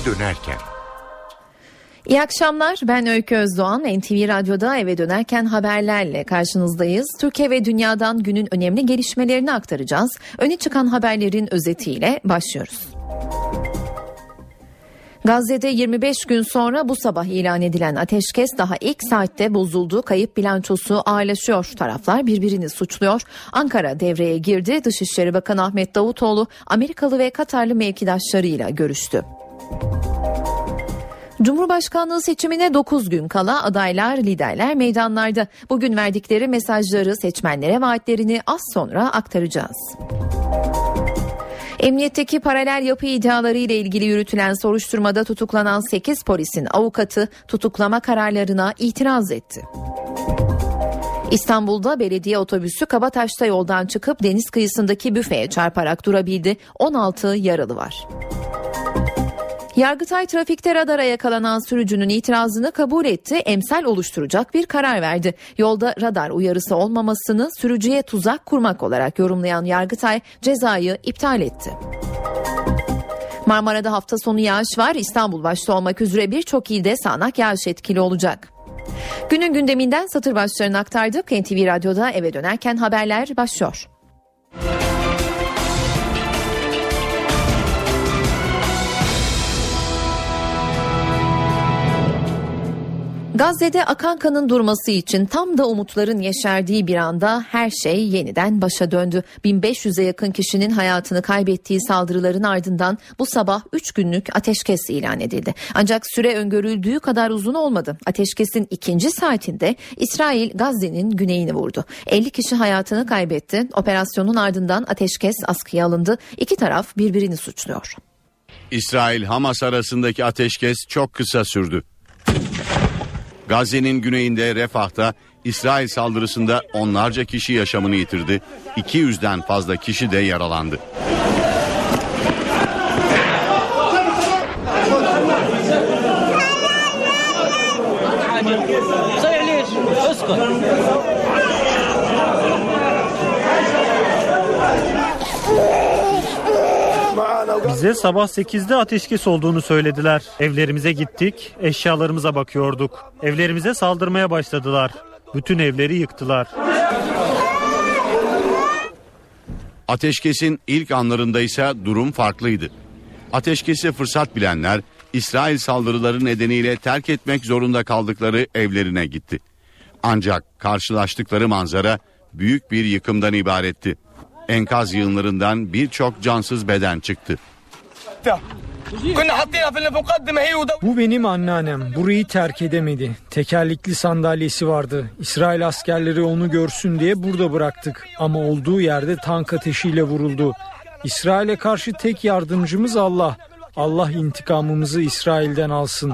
dönerken. İyi akşamlar, ben Öykü Özdoğan. NTV Radyo'da eve dönerken haberlerle karşınızdayız. Türkiye ve dünyadan günün önemli gelişmelerini aktaracağız. Öne çıkan haberlerin özetiyle başlıyoruz. Gazze'de 25 gün sonra bu sabah ilan edilen ateşkes daha ilk saatte bozuldu. Kayıp bilançosu ağırlaşıyor. Taraflar birbirini suçluyor. Ankara devreye girdi. Dışişleri Bakanı Ahmet Davutoğlu Amerikalı ve Katarlı mevkidaşlarıyla görüştü. Cumhurbaşkanlığı seçimine 9 gün kala adaylar, liderler meydanlarda. Bugün verdikleri mesajları, seçmenlere vaatlerini az sonra aktaracağız. Emniyetteki paralel yapı iddiaları ile ilgili yürütülen soruşturmada tutuklanan 8 polisin avukatı tutuklama kararlarına itiraz etti. İstanbul'da belediye otobüsü Kabataş'ta yoldan çıkıp deniz kıyısındaki büfeye çarparak durabildi. 16 yaralı var. Yargıtay trafikte radara yakalanan sürücünün itirazını kabul etti, emsal oluşturacak bir karar verdi. Yolda radar uyarısı olmamasını sürücüye tuzak kurmak olarak yorumlayan Yargıtay cezayı iptal etti. Marmara'da hafta sonu yağış var. İstanbul başta olmak üzere birçok ilde sağanak yağış etkili olacak. Günün gündeminden satır başlarını aktardık. NTV Radyo'da eve dönerken haberler başlıyor. Gazze'de akan kanın durması için tam da umutların yeşerdiği bir anda her şey yeniden başa döndü. 1500'e yakın kişinin hayatını kaybettiği saldırıların ardından bu sabah 3 günlük ateşkes ilan edildi. Ancak süre öngörüldüğü kadar uzun olmadı. Ateşkesin ikinci saatinde İsrail Gazze'nin güneyini vurdu. 50 kişi hayatını kaybetti. Operasyonun ardından ateşkes askıya alındı. İki taraf birbirini suçluyor. İsrail-Hamas arasındaki ateşkes çok kısa sürdü. Gazze'nin güneyinde Refah'ta İsrail saldırısında onlarca kişi yaşamını yitirdi. 200'den fazla kişi de yaralandı. Bize sabah 8'de ateşkes olduğunu söylediler. Evlerimize gittik, eşyalarımıza bakıyorduk. Evlerimize saldırmaya başladılar. Bütün evleri yıktılar. Ateşkesin ilk anlarında ise durum farklıydı. Ateşkesi fırsat bilenler İsrail saldırıları nedeniyle terk etmek zorunda kaldıkları evlerine gitti. Ancak karşılaştıkları manzara büyük bir yıkımdan ibaretti. Enkaz yığınlarından birçok cansız beden çıktı. Bu benim anneannem. Burayı terk edemedi. Tekerlekli sandalyesi vardı. İsrail askerleri onu görsün diye burada bıraktık. Ama olduğu yerde tank ateşiyle vuruldu. İsrail'e karşı tek yardımcımız Allah. Allah intikamımızı İsrail'den alsın.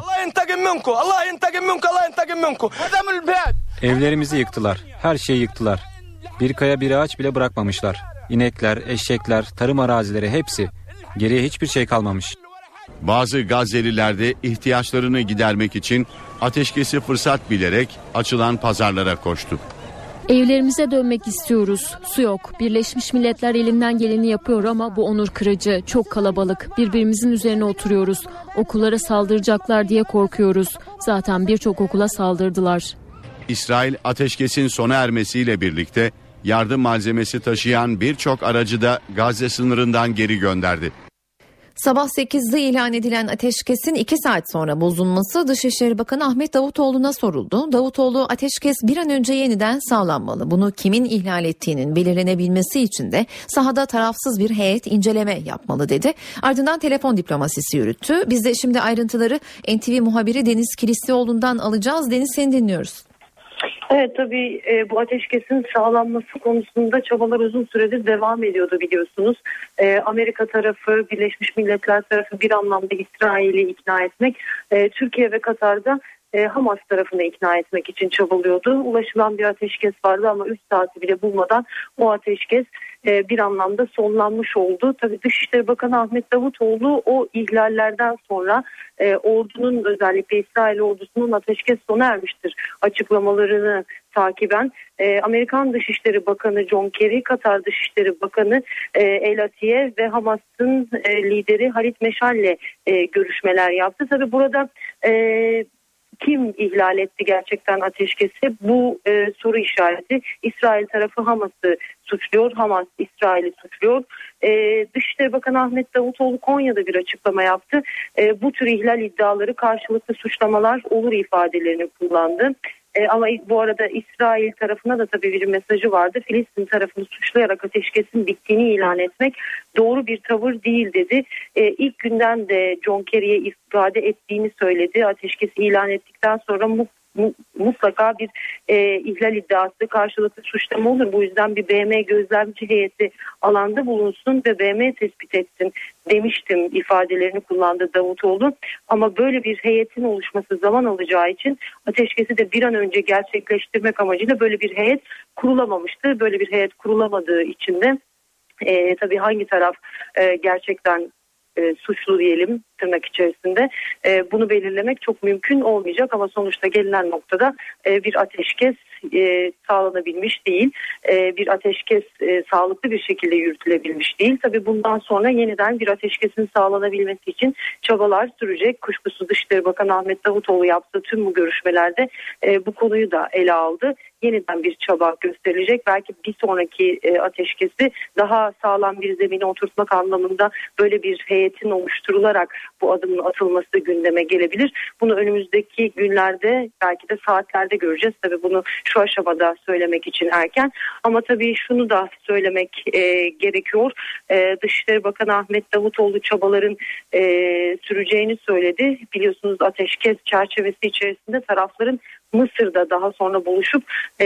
Evlerimizi yıktılar. Her şeyi yıktılar. Bir kaya bir ağaç bile bırakmamışlar. İnekler, eşekler, tarım arazileri hepsi. Geriye hiçbir şey kalmamış. Bazı Gazze'liler de ihtiyaçlarını gidermek için ateşkesi fırsat bilerek açılan pazarlara koştu. Evlerimize dönmek istiyoruz. Su yok. Birleşmiş Milletler elinden geleni yapıyor ama bu onur kırıcı. Çok kalabalık. Birbirimizin üzerine oturuyoruz. Okullara saldıracaklar diye korkuyoruz. Zaten birçok okula saldırdılar. İsrail ateşkesin sona ermesiyle birlikte yardım malzemesi taşıyan birçok aracı da Gazze sınırından geri gönderdi. Sabah 8'de ilan edilen ateşkesin 2 saat sonra bozulması Dışişleri Bakanı Ahmet Davutoğlu'na soruldu. Davutoğlu ateşkes bir an önce yeniden sağlanmalı. Bunu kimin ihlal ettiğinin belirlenebilmesi için de sahada tarafsız bir heyet inceleme yapmalı dedi. Ardından telefon diplomasisi yürüttü. Biz de şimdi ayrıntıları NTV muhabiri Deniz Kilislioğlu'ndan alacağız. Deniz, seni dinliyoruz. Evet, tabii bu ateşkesin sağlanması konusunda çabalar uzun süredir devam ediyordu biliyorsunuz. Amerika tarafı, Birleşmiş Milletler tarafı bir anlamda İsrail'i ikna etmek, Türkiye ve Katar'da Hamas tarafını ikna etmek için çabalıyordu. Ulaşılan bir ateşkes vardı ama 3 saati bile bulmadan o ateşkes bir anlamda sonlanmış oldu. Tabii Dışişleri Bakanı Ahmet Davutoğlu o ihlallerden sonra ordunun, özellikle İsrail ordusunun ateşkes sona ermiştir açıklamalarını takiben Amerikan Dışişleri Bakanı John Kerry, Katar Dışişleri Bakanı El Atiye ve Hamas'ın lideri Halit Meşal'le görüşmeler yaptı. Tabii burada kim ihlal etti gerçekten ateşkesi? Bu soru işareti. İsrail tarafı Hamas'ı suçluyor, Hamas İsrail'i suçluyor. Dışişleri Bakanı Ahmet Davutoğlu Konya'da bir açıklama yaptı. Bu tür ihlal iddiaları karşılıklı suçlamalar olur ifadelerini kullandı. Ama bu arada İsrail tarafına da tabii bir mesajı vardı. Filistin tarafını suçlayarak ateşkesin bittiğini ilan etmek doğru bir tavır değil dedi. İlk günden de John Kerry'e ifade ettiğini söyledi. Ateşkesi ilan ettikten sonra mutlaka bir ihlal iddiası, karşılıklı suçlama olur. Bu yüzden bir BM gözlemci heyeti alanda bulunsun ve BM tespit etsin demiştim ifadelerini kullandı Davutoğlu. Ama böyle bir heyetin oluşması zaman alacağı için ateşkesi de bir an önce gerçekleştirmek amacıyla böyle bir heyet kurulamamıştı. Böyle bir heyet kurulamadığı için de tabii hangi taraf gerçekten suçlu diyelim tırnak içerisinde bunu belirlemek çok mümkün olmayacak ama sonuçta gelinen noktada bir ateşkes sağlanabilmiş değil. Bir ateşkes sağlıklı bir şekilde yürütülebilmiş değil. Tabii bundan sonra yeniden bir ateşkesin sağlanabilmesi için çabalar sürecek. Kuşkusuz Dışişleri Bakanı Ahmet Davutoğlu yaptığı tüm bu görüşmelerde bu konuyu da ele aldı. Yeniden bir çaba gösterilecek. Belki bir sonraki ateşkesi daha sağlam bir zemine oturtmak anlamında böyle bir heyetin oluşturularak bu adımın atılması gündeme gelebilir. Bunu önümüzdeki günlerde belki de saatlerde göreceğiz. Tabii bunu şu aşamada söylemek için erken. Ama tabii şunu da söylemek gerekiyor. Dışişleri Bakanı Ahmet Davutoğlu çabaların süreceğini söyledi. Biliyorsunuz ateşkes çerçevesi içerisinde tarafların Mısır'da daha sonra buluşup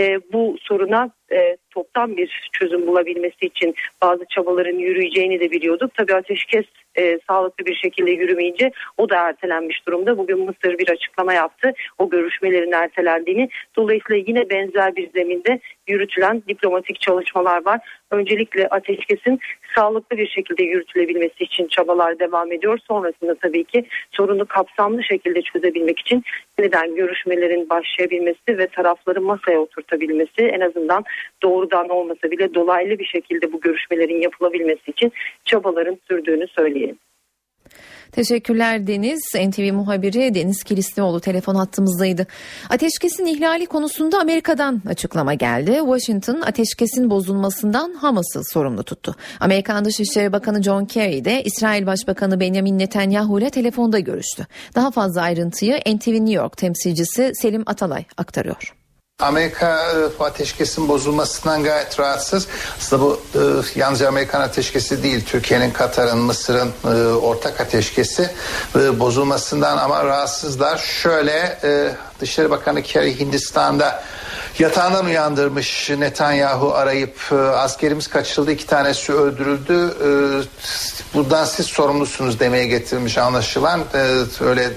bu soruna toptan bir çözüm bulabilmesi için bazı çabaların yürüyeceğini de biliyorduk. Tabii ateşkes sağlıklı bir şekilde yürümeyince o da ertelenmiş durumda. Bugün Mısır bir açıklama yaptı. O görüşmelerin ertelendiğini. Dolayısıyla yine benzer bir zeminde yürütülen diplomatik çalışmalar var. Öncelikle ateşkesin sağlıklı bir şekilde yürütülebilmesi için çabalar devam ediyor. Sonrasında tabii ki sorunu kapsamlı şekilde çözebilmek için yeniden görüşmelerin başlayabilmesi ve tarafları masaya oturtabilmesi, en azından doğrudan olmasa bile dolaylı bir şekilde bu görüşmelerin yapılabilmesi için çabaların sürdüğünü söyleyelim. Teşekkürler Deniz. NTV muhabiri Deniz Kilislioğlu telefon hattımızdaydı. Ateşkesin ihlali konusunda Amerika'dan açıklama geldi. Washington ateşkesin bozulmasından Hamas'ı sorumlu tuttu. Amerikan Dışişleri Bakanı John Kerry de İsrail Başbakanı Benjamin Netanyahu ile telefonda görüştü. Daha fazla ayrıntıyı NTV New York temsilcisi Selim Atalay aktarıyor. Amerika bu ateşkesin bozulmasından gayet rahatsız. Aslında bu yalnızca Amerikan ateşkesi değil, Türkiye'nin, Katar'ın, Mısır'ın ortak ateşkesi bozulmasından ama rahatsızlar. Şöyle Dışişleri Bakanı Kerry Hindistan'da yatağından uyandırmış Netanyahu arayıp askerimiz kaçırıldı, 2 tanesi öldürüldü. Bundan siz sorumlusunuz demeye getirmiş anlaşılan. Öyle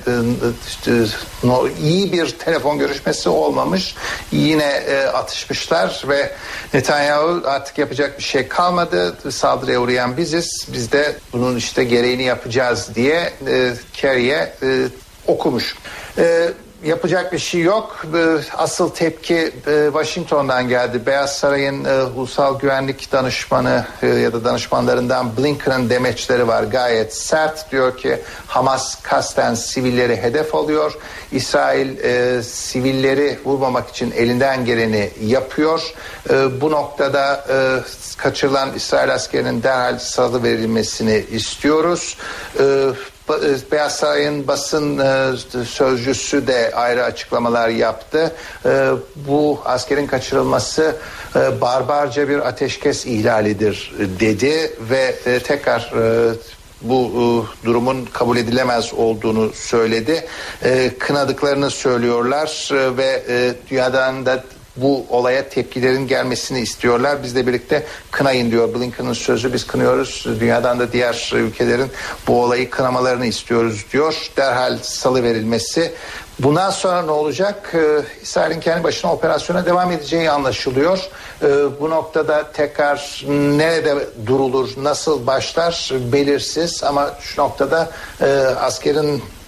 iyi bir telefon görüşmesi olmamış. Yine atışmışlar ve Netanyahu artık yapacak bir şey kalmadı. Saldırıya uğrayan biziz. Biz de bunun işte gereğini yapacağız diye Kerry'e okumuş. Yapacak bir şey yok. Asıl tepki Washington'dan geldi. Beyaz Saray'ın ulusal güvenlik danışmanı ya da danışmanlarından Blinken'ın demeçleri var. Gayet sert. Diyor ki Hamas kasten sivilleri hedef alıyor. İsrail sivilleri vurmamak için elinden geleni yapıyor. Bu noktada kaçırılan İsrail askerinin derhal salıverilmesini istiyoruz. Beyaz Saray'ın basın sözcüsü de ayrı açıklamalar yaptı. Bu askerin kaçırılması barbarca bir ateşkes ihlalidir dedi ve tekrar bu durumun kabul edilemez olduğunu söyledi. Kınadıklarını söylüyorlar ve dünyadan da bu olaya tepkilerin gelmesini istiyorlar. Biz de birlikte kınayın diyor Blinken'ın sözü. Biz kınıyoruz. Dünyadan da diğer ülkelerin bu olayı kınamalarını istiyoruz diyor. Derhal salıverilmesi. Bundan sonra ne olacak? İsrail'in kendi başına operasyona devam edeceği anlaşılıyor. Bu noktada tekrar nerede durulur, nasıl başlar belirsiz ama şu noktada askerin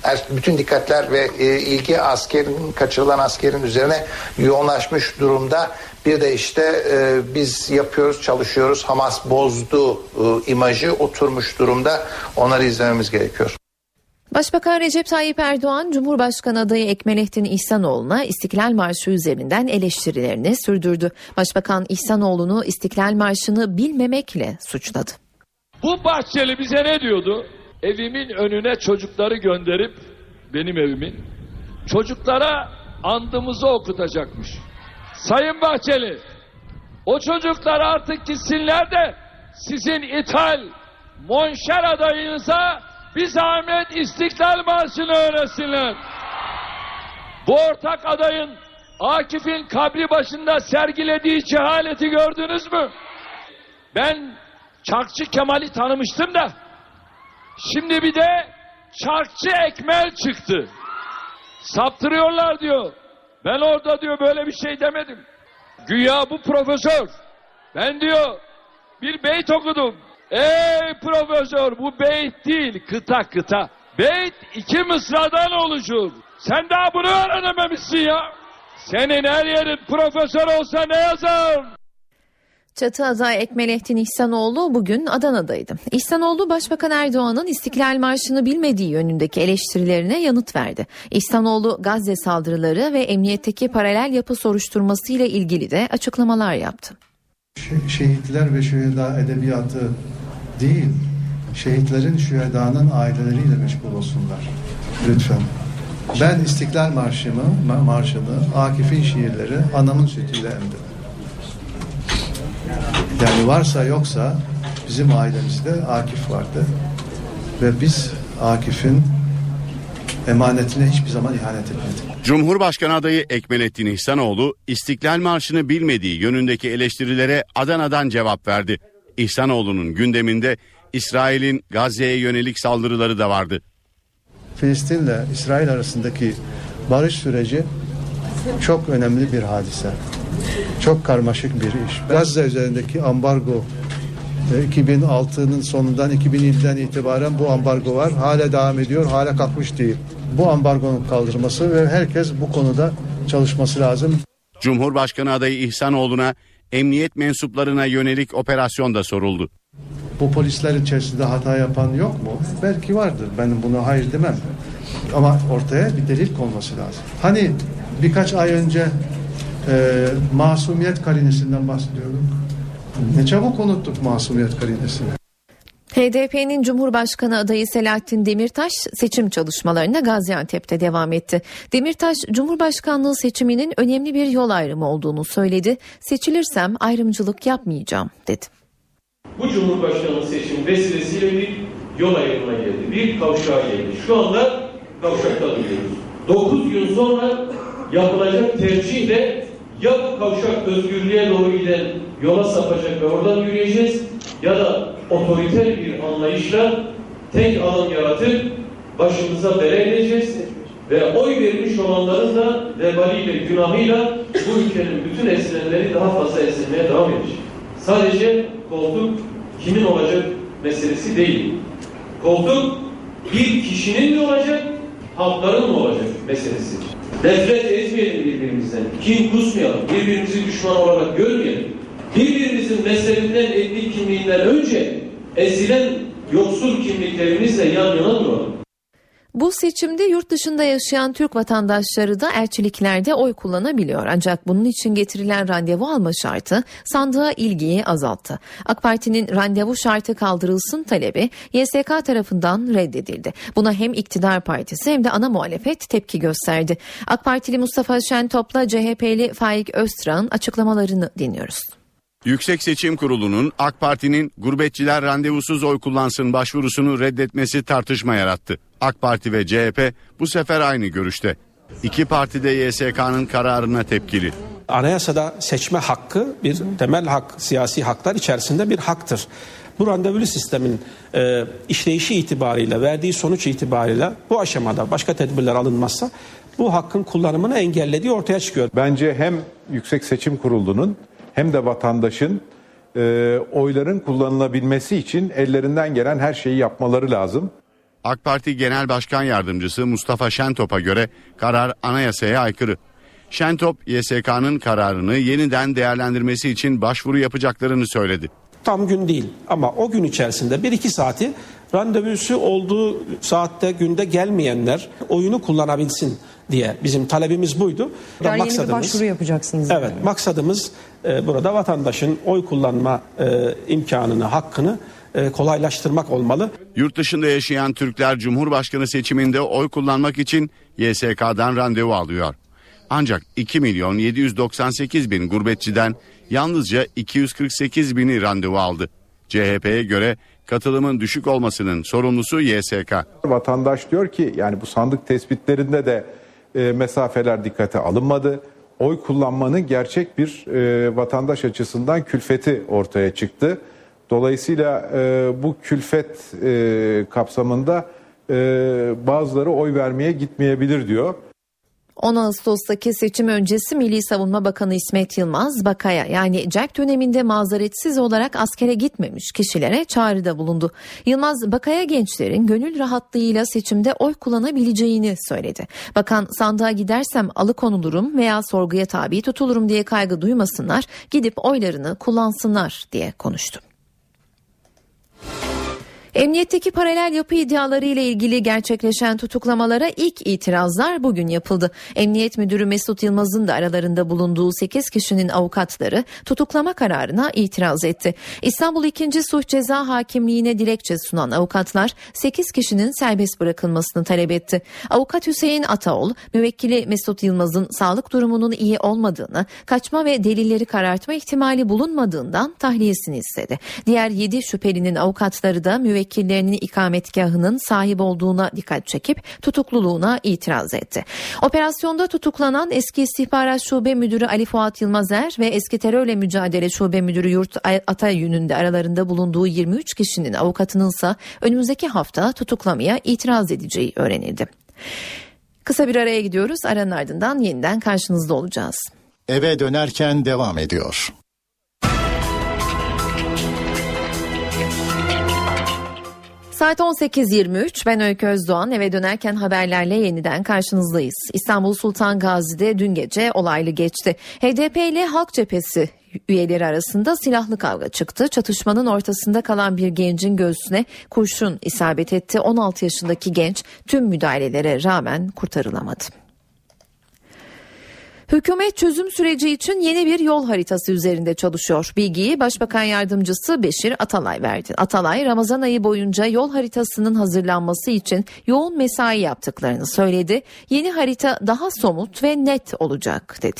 bütün dikkatler ve ilgi kaçırılan askerin üzerine yoğunlaşmış durumda. Bir de işte biz yapıyoruz, çalışıyoruz, Hamas bozdu imajı oturmuş durumda. Onları izlememiz gerekiyor. Başbakan Recep Tayyip Erdoğan, Cumhurbaşkanı adayı Ekmelettin İhsanoğlu'na İstiklal Marşı üzerinden eleştirilerini sürdürdü. Başbakan İhsanoğlu'nu İstiklal Marşı'nı bilmemekle suçladı. Bu Bahçeli bize ne diyordu? Evimin önüne çocukları gönderip, benim evimin, çocuklara andımızı okutacakmış. Sayın Bahçeli, o çocuklar artık gitsinler de sizin ithal, monşer adayınıza bir zahmet İstiklal Marşı'nı öğretsinler. Bu ortak adayın Akif'in kabri başında sergilediği cehaleti gördünüz mü? Ben Çarkçı Kemal'i tanımıştım da şimdi bir de Çarkçı Ekmel çıktı. Saptırıyorlar diyor. Ben orada diyor böyle bir şey demedim. Güya bu profesör. Ben diyor bir beyt okudum. Ey profesör, bu beyt değil, kıta kıta. Beyt 2 mısradan oluşur. Sen daha bunu öğrenememişsin ya. Senin her yerin profesör olsa ne yazar? Çatı adayı Ekmelettin İhsanoğlu bugün Adana'daydı. İhsanoğlu, Başbakan Erdoğan'ın İstiklal Marşı'nı bilmediği yönündeki eleştirilerine yanıt verdi. İhsanoğlu, Gazze saldırıları ve emniyetteki paralel yapı soruşturması ile ilgili de açıklamalar yaptı. Şehitler ve şüheda edebiyatı değil, şehitlerin, şühedanın aileleriyle meşgul olsunlar. Lütfen. Ben İstiklal Marşı'nı, Akif'in şiirleri anamın sütüyle emdim. Yani varsa yoksa bizim ailemizde Akif vardı. Ve biz Akif'in emanetine hiçbir zaman ihanet etmedik. Cumhurbaşkanı adayı Ekmelettin İhsanoğlu, İstiklal Marşı'nı bilmediği yönündeki eleştirilere Adana'dan cevap verdi. İhsanoğlu'nun gündeminde İsrail'in Gazze'ye yönelik saldırıları da vardı. Filistin'le İsrail arasındaki barış süreci çok önemli bir hadise. Çok karmaşık bir iş. Gazze üzerindeki ambargo 2006'nın sonundan 2007'den itibaren bu ambargo var. Hala devam ediyor. Hala kalkmış değil. Bu ambargonun kaldırılması ve herkes bu konuda çalışması lazım. Cumhurbaşkanı adayı İhsanoğlu'na emniyet mensuplarına yönelik operasyon da soruldu. Bu polisler içerisinde hata yapan yok mu? Belki vardır. Ben buna hayır demem. Ama ortaya bir delil konması lazım. Hani birkaç ay önce masumiyet karinesinden bahsediyorduk. Ne çabuk unuttuk masumiyet karinesini. HDP'nin Cumhurbaşkanı adayı Selahattin Demirtaş seçim çalışmalarına Gaziantep'te devam etti. Demirtaş, Cumhurbaşkanlığı seçiminin önemli bir yol ayrımı olduğunu söyledi. Seçilirsem ayrımcılık yapmayacağım dedi. Bu Cumhurbaşkanlığı seçimi vesilesiyle bir yol ayrımına geldi. Bir kavşağa geldi. Şu anda kavşakta duruyoruz. 9 gün sonra yapılacak tercih de ya bu kavşak özgürlüğe doğru giden yola sapacak ve oradan yürüyeceğiz ya da otoriter bir anlayışla tek alan yaratıp başımıza bela edeceğiz ve oy vermiş olanların da vebaliyle, günahıyla bu ülkenin bütün esilenleri daha fazla ezilmeye devam edecek. Sadece koltuk kimin olacak meselesi değil. Koltuk bir kişinin mi olacak, halkların mı olacak meselesi. Nefret etmeyelim birbirimizden, kin kusmayalım, birbirimizi düşman olarak görmeyelim. Birbirimizin mezhebinden, etnik kimliğinden önce ezilen yoksul kimliklerimizle yan yana duralım. Bu seçimde yurt dışında yaşayan Türk vatandaşları da elçiliklerde oy kullanabiliyor. Ancak bunun için getirilen randevu alma şartı sandığa ilgiyi azalttı. AK Parti'nin randevu şartı kaldırılsın talebi YSK tarafından reddedildi. Buna hem iktidar partisi hem de ana muhalefet tepki gösterdi. AK Partili Mustafa Şentop'la CHP'li Faik Öztürk'ün açıklamalarını dinliyoruz. Yüksek Seçim Kurulu'nun AK Parti'nin gurbetçiler randevusuz oy kullansın başvurusunu reddetmesi tartışma yarattı. AK Parti ve CHP bu sefer aynı görüşte. İki parti de YSK'nın kararına tepkili. Anayasada seçme hakkı bir temel hak, siyasi haklar içerisinde bir haktır. Bu randevulu sistemin işleyişi itibariyle, verdiği sonuç itibariyle bu aşamada başka tedbirler alınmazsa bu hakkın kullanımını engellediği ortaya çıkıyor. Bence hem Yüksek Seçim Kurulu'nun hem de vatandaşın oyların kullanılabilmesi için ellerinden gelen her şeyi yapmaları lazım. AK Parti Genel Başkan Yardımcısı Mustafa Şentop'a göre karar anayasaya aykırı. Şentop, YSK'nın kararını yeniden değerlendirmesi için başvuru yapacaklarını söyledi. Tam gün değil ama o gün içerisinde 1-2 saati randevusu olduğu saatte günde gelmeyenler oyunu kullanabilsin diye bizim talebimiz buydu. Yani yeni bir başvuru yapacaksınız. Evet, yani. Maksadımız burada vatandaşın oy kullanma imkanını, hakkını kolaylaştırmak olmalı. Yurt dışında yaşayan Türkler Cumhurbaşkanı seçiminde oy kullanmak için YSK'dan randevu alıyor. Ancak 2.798.000 gurbetçiden yalnızca 248.000'i randevu aldı. CHP'ye göre katılımın düşük olmasının sorumlusu YSK. Vatandaş diyor ki yani bu sandık tespitlerinde de mesafeler dikkate alınmadı. Oy kullanmanın gerçek bir vatandaş açısından külfeti ortaya çıktı. Dolayısıyla bu külfet kapsamında bazıları oy vermeye gitmeyebilir diyor. 10 Ağustos'taki seçim öncesi Milli Savunma Bakanı İsmet Yılmaz, Bakaya yani CERK döneminde mazeretsiz olarak askere gitmemiş kişilere çağrıda bulundu. Yılmaz, Bakaya gençlerin gönül rahatlığıyla seçimde oy kullanabileceğini söyledi. Bakan, sandığa gidersem alıkonulurum veya sorguya tabi tutulurum diye kaygı duymasınlar, gidip oylarını kullansınlar diye konuştu. Emniyetteki paralel yapı iddiaları ile ilgili gerçekleşen tutuklamalara ilk itirazlar bugün yapıldı. Emniyet Müdürü Mesut Yılmaz'ın da aralarında bulunduğu 8 kişinin avukatları tutuklama kararına itiraz etti. İstanbul 2. Sulh Ceza Hakimliği'ne dilekçe sunan avukatlar 8 kişinin serbest bırakılmasını talep etti. Avukat Hüseyin Ataol, müvekkili Mesut Yılmaz'ın sağlık durumunun iyi olmadığını, kaçma ve delilleri karartma ihtimali bulunmadığından tahliyesini istedi. Diğer 7 şüphelinin avukatları da müvekkillerinin ikametgahının sahip olduğuna dikkat çekip tutukluluğuna itiraz etti. Operasyonda tutuklanan eski İstihbarat Şube Müdürü Ali Fuat Yılmazer ve eski Terörle Mücadele Şube Müdürü Yurt Atayün'ün de aralarında bulunduğu 23 kişinin avukatınınsa önümüzdeki hafta tutuklamaya itiraz edeceği öğrenildi. Kısa bir araya gidiyoruz. Aranın ardından yeniden karşınızda olacağız. Eve dönerken devam ediyor. Saat 18.23, ben Öykü Özdoğan. Eve dönerken haberlerle yeniden karşınızdayız. İstanbul Sultan Gazi'de dün gece olaylı geçti. HDP ile Halk Cephesi üyeleri arasında silahlı kavga çıktı. Çatışmanın ortasında kalan bir gencin göğsüne kurşun isabet etti. 16 yaşındaki genç tüm müdahalelere rağmen kurtarılamadı. Hükümet çözüm süreci için yeni bir yol haritası üzerinde çalışıyor. Bilgiyi Başbakan Yardımcısı Beşir Atalay verdi. Atalay, Ramazan ayı boyunca yol haritasının hazırlanması için yoğun mesai yaptıklarını söyledi. Yeni harita daha somut ve net olacak dedi.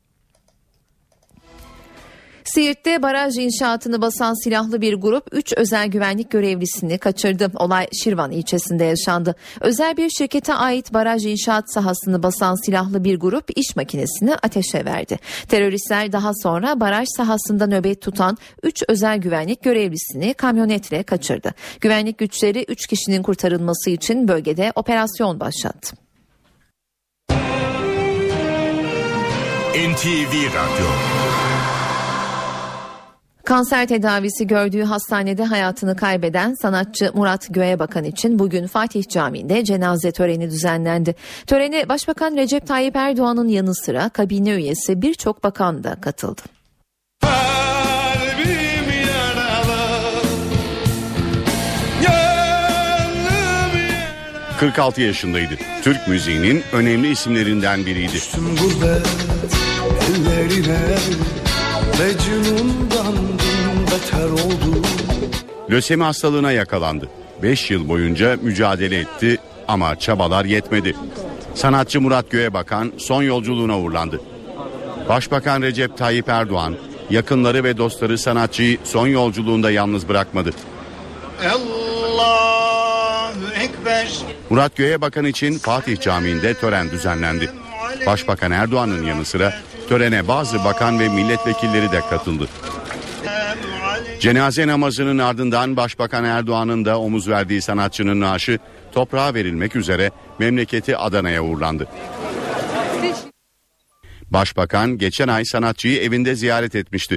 Siirt'te baraj inşaatını basan silahlı bir grup 3 özel güvenlik görevlisini kaçırdı. Olay Şirvan ilçesinde yaşandı. Özel bir şirkete ait baraj inşaat sahasını basan silahlı bir grup iş makinesini ateşe verdi. Teröristler daha sonra baraj sahasında nöbet tutan 3 özel güvenlik görevlisini kamyonetle kaçırdı. Güvenlik güçleri 3 kişinin kurtarılması için bölgede operasyon başlattı. NTV Radyo. Kanser tedavisi gördüğü hastanede hayatını kaybeden sanatçı Murat Göğebakan için bugün Fatih Camii'nde cenaze töreni düzenlendi. Törene Başbakan Recep Tayyip Erdoğan'ın yanı sıra kabine üyesi birçok bakan da katıldı. 46 yaşındaydı. Türk müziğinin önemli isimlerinden biriydi. Lösemi hastalığına yakalandı. 5 yıl boyunca mücadele etti ama çabalar yetmedi. Sanatçı Murat Göğebakan son yolculuğuna uğurlandı. Başbakan Recep Tayyip Erdoğan, yakınları ve dostları sanatçıyı son yolculuğunda yalnız bırakmadı. Allahu Ekber. Murat Göğebakan için Fatih Camii'nde tören düzenlendi. Başbakan Erdoğan'ın yanı sıra törene bazı bakan ve milletvekilleri de katıldı. Cenaze namazının ardından Başbakan Erdoğan'ın da omuz verdiği sanatçının naaşı toprağa verilmek üzere memleketi Adana'ya uğurlandı. Başbakan geçen ay sanatçıyı evinde ziyaret etmişti.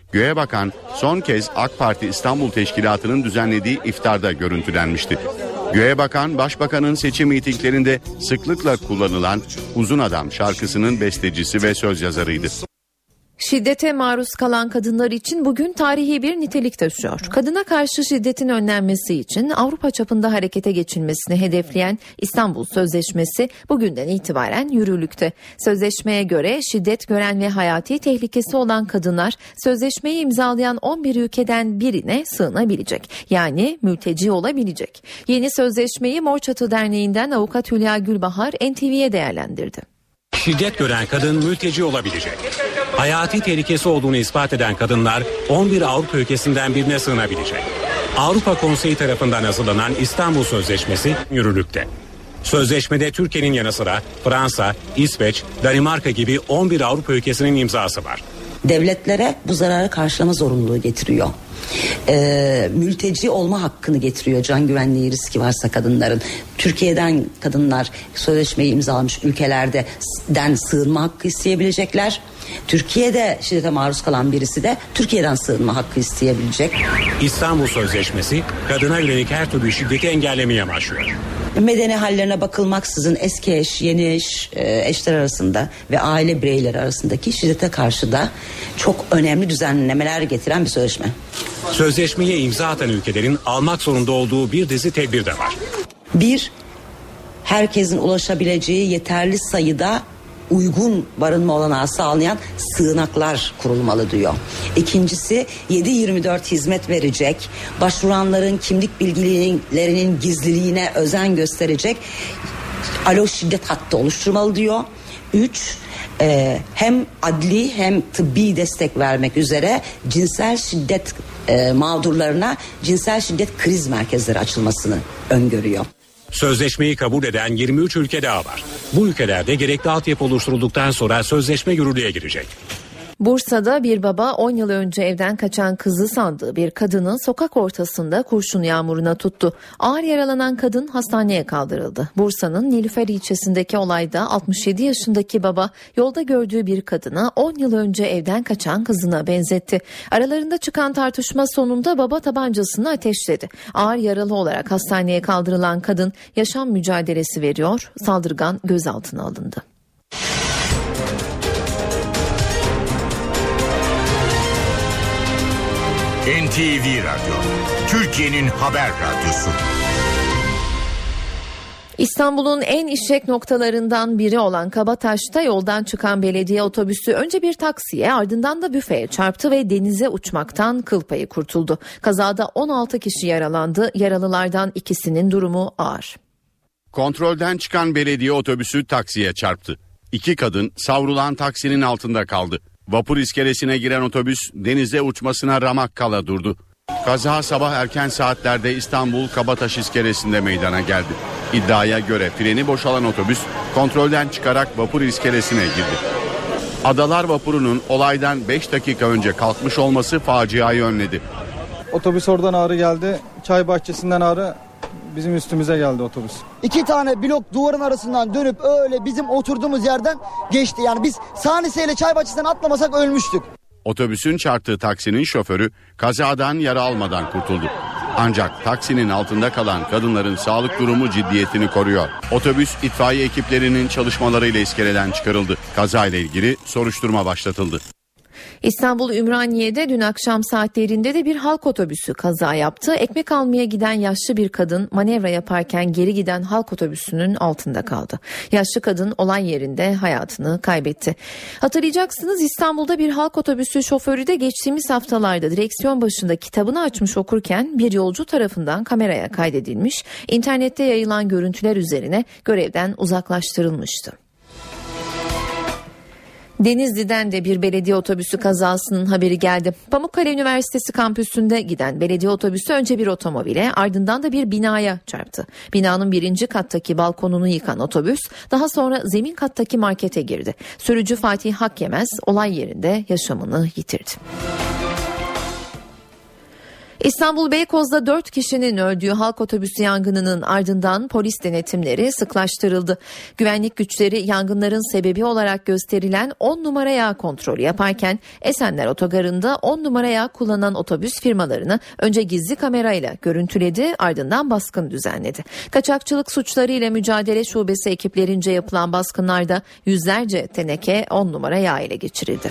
Göğebakan son kez AK Parti İstanbul Teşkilatı'nın düzenlediği iftarda görüntülenmişti. Göğe bakan başbakanın seçim mitinglerinde sıklıkla kullanılan Uzun Adam şarkısının bestecisi ve söz yazarıydı. Şiddete maruz kalan kadınlar için bugün tarihi bir nitelik taşıyor. Kadına karşı şiddetin önlenmesi için Avrupa çapında harekete geçilmesini hedefleyen İstanbul Sözleşmesi bugünden itibaren yürürlükte. Sözleşmeye göre şiddet gören ve hayati tehlikesi olan kadınlar sözleşmeyi imzalayan 11 ülkeden birine sığınabilecek. Yani mülteci olabilecek. Yeni sözleşmeyi Mor Çatı Derneği'nden avukat Hülya Gülbahar NTV'ye değerlendirdi. Şiddet gören kadın mülteci olabilecek. Hayati tehlikesi olduğunu ispat eden kadınlar 11 Avrupa ülkesinden birine sığınabilecek. Avrupa Konseyi tarafından hazırlanan İstanbul Sözleşmesi yürürlükte. Sözleşmede Türkiye'nin yanı sıra Fransa, İsveç, Danimarka gibi 11 Avrupa ülkesinin imzası var. Devletlere bu zararı karşılama zorunluluğu getiriyor. Mülteci olma hakkını getiriyor. Can güvenliği riski varsa kadınların. Türkiye'den kadınlar sözleşmeyi imzalamış ülkelerden sığınma hakkı isteyebilecekler. Türkiye'de şiddete maruz kalan birisi de Türkiye'den sığınma hakkı isteyebilecek. İstanbul Sözleşmesi kadına yönelik her türlü şiddeti engellemeye amaçlıyor. Medeni hallerine bakılmaksızın eski eş, yeni eş, eşler arasında ve aile bireyleri arasındaki şiddete karşı da çok önemli düzenlemeler getiren bir sözleşme. Sözleşmeye imza atan ülkelerin almak zorunda olduğu bir dizi tedbir de var. Bir, herkesin ulaşabileceği yeterli sayıda uygun barınma olanağı sağlayan sığınaklar kurulmalı diyor. İkincisi 7/24 hizmet verecek, başvuranların kimlik bilgilerinin gizliliğine özen gösterecek alo şiddet hattı oluşturmalı diyor. 3, hem adli hem tıbbi destek vermek üzere cinsel şiddet mağdurlarına cinsel şiddet kriz merkezleri açılmasını öngörüyor. Sözleşmeyi kabul eden 23 ülke daha var. Bu ülkelerde gerekli altyapı oluşturulduktan sonra sözleşme yürürlüğe girecek. Bursa'da bir baba 10 yıl önce evden kaçan kızı sandığı bir kadını sokak ortasında kurşun yağmuruna tuttu. Ağır yaralanan kadın hastaneye kaldırıldı. Bursa'nın Nilüfer ilçesindeki olayda 67 yaşındaki baba yolda gördüğü bir kadına 10 yıl önce evden kaçan kızına benzetti. Aralarında çıkan tartışma sonunda baba tabancasını ateşledi. Ağır yaralı olarak hastaneye kaldırılan kadın yaşam mücadelesi veriyor. Saldırgan gözaltına alındı. NTV Radyo, Türkiye'nin haber radyosu. İstanbul'un en işlek noktalarından biri olan Kabataş'ta yoldan çıkan belediye otobüsü önce bir taksiye ardından da büfeye çarptı ve denize uçmaktan kıl payı kurtuldu. Kazada 16 kişi yaralandı, yaralılardan ikisinin durumu ağır. Kontrolden çıkan belediye otobüsü taksiye çarptı. 2 kadın savrulan taksinin altında kaldı. Vapur iskelesine giren otobüs denize uçmasına ramak kala durdu. Kaza sabah erken saatlerde İstanbul Kabataş iskelesinde meydana geldi. İddiaya göre freni boşalan otobüs kontrolden çıkarak vapur iskelesine girdi. Adalar Vapuru'nun olaydan 5 dakika önce kalkmış olması faciayı önledi. Otobüs oradan ağrı geldi. Çay bahçesinden ağrı bizim üstümüze geldi otobüs. 2 tane blok duvarın arasından dönüp öyle bizim oturduğumuz yerden geçti. Yani biz saniyeyle çay bahçesinden atlamasak ölmüştük. Otobüsün çarptığı taksinin şoförü kazadan yara almadan kurtuldu. Ancak taksinin altında kalan kadınların sağlık durumu ciddiyetini koruyor. Otobüs itfaiye ekiplerinin çalışmalarıyla iskeleden çıkarıldı. Kazayla ilgili soruşturma başlatıldı. İstanbul Ümraniye'de dün akşam saatlerinde de bir halk otobüsü kaza yaptı. Ekmek almaya giden yaşlı bir kadın manevra yaparken geri giden halk otobüsünün altında kaldı. Yaşlı kadın olay yerinde hayatını kaybetti. Hatırlayacaksınız, İstanbul'da bir halk otobüsü şoförü de geçtiğimiz haftalarda direksiyon başında kitabını açmış okurken bir yolcu tarafından kameraya kaydedilmiş, internette yayılan görüntüler üzerine görevden uzaklaştırılmıştı. Denizli'den de bir belediye otobüsü kazasının haberi geldi. Pamukkale Üniversitesi kampüsünde giden belediye otobüsü önce bir otomobile ardından da bir binaya çarptı. Binanın 1. kattaki balkonunu yıkan otobüs daha sonra zemin kattaki markete girdi. Sürücü Fatih Hakyemez olay yerinde yaşamını yitirdi. İstanbul Beykoz'da 4 kişinin öldüğü halk otobüsü yangınının ardından polis denetimleri sıklaştırıldı. Güvenlik güçleri yangınların sebebi olarak gösterilen 10 numara yağ kontrolü yaparken Esenler Otogarı'nda 10 numara yağ kullanan otobüs firmalarını önce gizli kamerayla görüntüledi, ardından baskın düzenledi. Kaçakçılık suçlarıyla mücadele şubesi ekiplerince yapılan baskınlarda yüzlerce teneke 10 numara yağ ile geçirildi.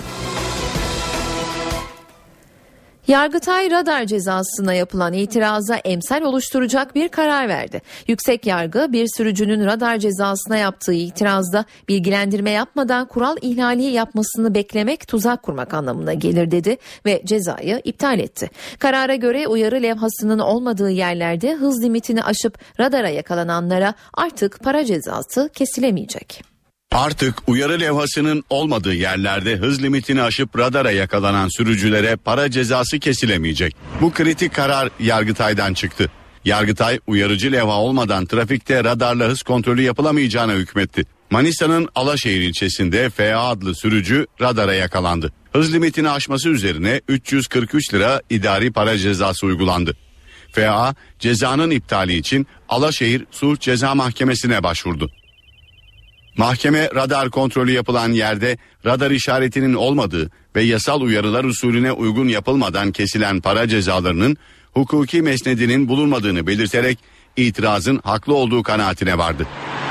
Yargıtay radar cezasına yapılan itiraza emsal oluşturacak bir karar verdi. Yüksek Yargı bir sürücünün radar cezasına yaptığı itirazda bilgilendirme yapmadan kural ihlali yapmasını beklemek tuzak kurmak anlamına gelir dedi ve cezayı iptal etti. Karara göre uyarı levhasının olmadığı yerlerde hız limitini aşıp radara yakalananlara artık para cezası kesilemeyecek. Artık uyarı levhasının olmadığı yerlerde hız limitini aşıp radara yakalanan sürücülere para cezası kesilemeyecek. Bu kritik karar Yargıtay'dan çıktı. Yargıtay uyarıcı levha olmadan trafikte radarla hız kontrolü yapılamayacağına hükmetti. Manisa'nın Alaşehir ilçesinde FA adlı sürücü radara yakalandı. Hız limitini aşması üzerine 343 lira idari para cezası uygulandı. FA cezanın iptali için Alaşehir Sulh Ceza Mahkemesi'ne başvurdu. Mahkeme radar kontrolü yapılan yerde radar işaretinin olmadığı ve yasal uyarılar usulüne uygun yapılmadan kesilen para cezalarının hukuki mesnedinin bulunmadığını belirterek itirazın haklı olduğu kanaatine vardı.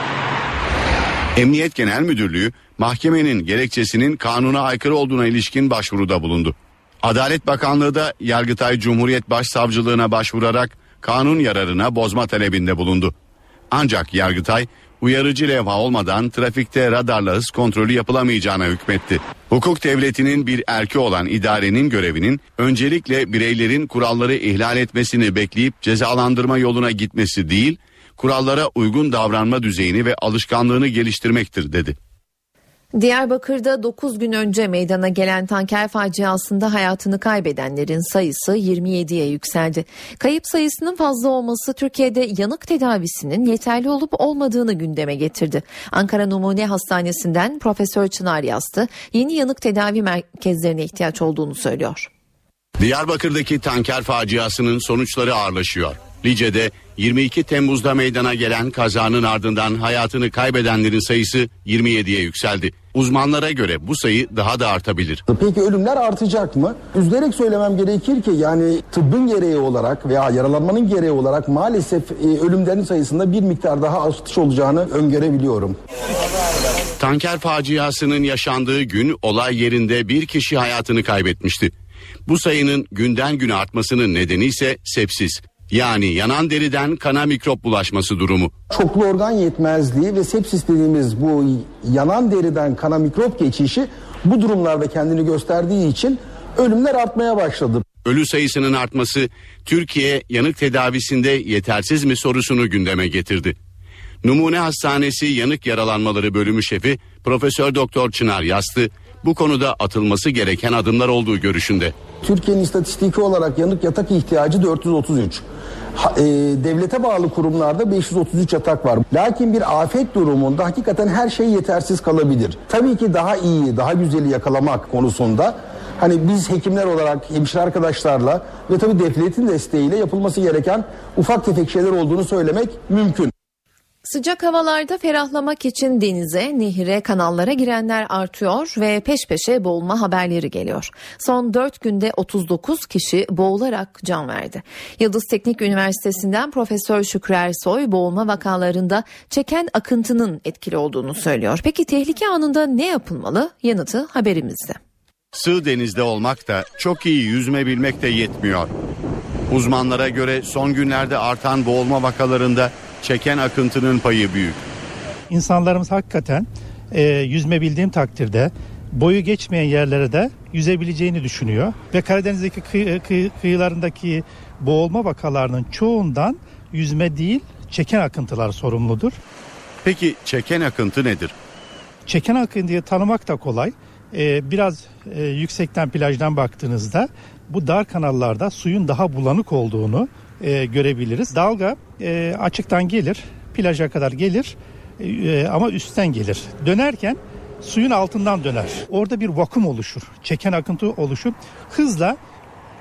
Emniyet Genel Müdürlüğü mahkemenin gerekçesinin kanuna aykırı olduğuna ilişkin başvuruda bulundu. Adalet Bakanlığı da Yargıtay Cumhuriyet Başsavcılığına başvurarak kanun yararına bozma talebinde bulundu. Ancak Yargıtay uyarıcı levha olmadan trafikte radarla hız kontrolü yapılamayacağına hükmetti. Hukuk devletinin bir erki olan idarenin görevinin öncelikle bireylerin kuralları ihlal etmesini bekleyip cezalandırma yoluna gitmesi değil, kurallara uygun davranma düzeyini ve alışkanlığını geliştirmektir dedi. Diyarbakır'da 9 gün önce meydana gelen tanker faciasında hayatını kaybedenlerin sayısı 27'ye yükseldi. Kayıp sayısının fazla olması Türkiye'de yanık tedavisinin yeterli olup olmadığını gündeme getirdi. Ankara Numune Hastanesi'nden Profesör Çınar Yastı yeni yanık tedavi merkezlerine ihtiyaç olduğunu söylüyor. Diyarbakır'daki tanker faciasının sonuçları ağırlaşıyor. Lice'de 22 Temmuz'da meydana gelen kazanın ardından hayatını kaybedenlerin sayısı 27'ye yükseldi. Uzmanlara göre bu sayı daha da artabilir. Peki ölümler artacak mı? Üzülerek söylemem gerekir ki yani tıbbın gereği olarak veya yaralanmanın gereği olarak maalesef ölümlerin sayısında bir miktar daha artış olacağını öngörebiliyorum. Tanker faciasının yaşandığı gün olay yerinde bir kişi hayatını kaybetmişti. Bu sayının günden güne artmasının nedeni ise sepsis. Yani yanan deriden kana mikrop bulaşması durumu. Çoklu organ yetmezliği ve sepsis dediğimiz bu yanan deriden kana mikrop geçişi bu durumlarda kendini gösterdiği için ölümler artmaya başladı. Ölü sayısının artması Türkiye yanık tedavisinde yetersiz mi sorusunu gündeme getirdi. Numune Hastanesi Yanık Yaralanmaları Bölümü Şefi Profesör Doktor Çınar Yastı bu konuda atılması gereken adımlar olduğu görüşünde. Türkiye'nin istatistiki olarak yanık yatak ihtiyacı 433. Devlete bağlı kurumlarda 533 yatak var. Lakin bir afet durumunda hakikaten her şey yetersiz kalabilir. Tabii ki daha iyi, daha güzeli yakalamak konusunda hani biz hekimler olarak hemşire arkadaşlarla ve tabii devletin desteğiyle yapılması gereken ufak tefek şeyler olduğunu söylemek mümkün. Sıcak havalarda ferahlamak için denize, nehire, kanallara girenler artıyor ve peş peşe boğulma haberleri geliyor. Son 4 günde 39 kişi boğularak can verdi. Yıldız Teknik Üniversitesi'nden Profesör Şükrü Ersoy boğulma vakalarında çeken akıntının etkili olduğunu söylüyor. Peki tehlike anında ne yapılmalı? Yanıtı haberimizde. Sığ denizde olmak da çok iyi yüzme bilmek de yetmiyor. Uzmanlara göre son günlerde artan boğulma vakalarında çeken akıntının payı büyük. İnsanlarımız hakikaten yüzme bildiğim takdirde boyu geçmeyen yerlere de yüzebileceğini düşünüyor. Ve Karadeniz'deki kıyılarındaki boğulma vakalarının çoğundan yüzme değil çeken akıntılar sorumludur. Peki çeken akıntı nedir? Çeken akıntıyı tanımak da kolay. Biraz yüksekten plajdan baktığınızda bu dar kanallarda suyun daha bulanık olduğunu görebiliriz. Dalga açıktan gelir, plaja kadar gelir ama üstten gelir. Dönerken suyun altından döner. Orada bir vakum oluşur, çeken akıntı oluşur. Hızla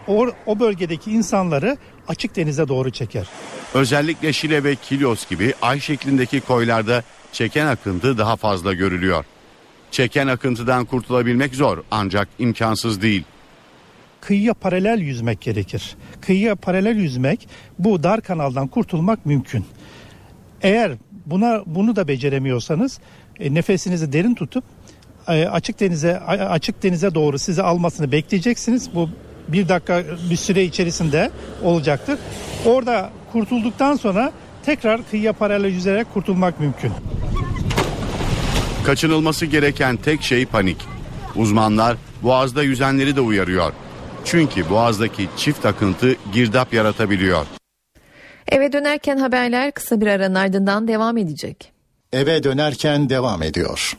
o bölgedeki insanları açık denize doğru çeker. Özellikle Şile ve Kilyos gibi ay şeklindeki koylarda çeken akıntı daha fazla görülüyor. Çeken akıntıdan kurtulabilmek zor ancak imkansız değil. Kıyıya paralel yüzmek gerekir. Kıyıya paralel yüzmek, bu dar kanaldan kurtulmak mümkün. Eğer bunu da beceremiyorsanız nefesinizi derin tutup açık denize doğru sizi almasını bekleyeceksiniz. Bu 1 dakika bir süre içerisinde olacaktır. Orada kurtulduktan sonra tekrar kıyıya paralel yüzerek kurtulmak mümkün. Kaçınılması gereken tek şey panik. Uzmanlar boğazda yüzenleri de uyarıyor. Çünkü boğazdaki çift akıntı girdap yaratabiliyor. Eve dönerken haberler kısa bir aranın ardından devam edecek. Eve dönerken devam ediyor.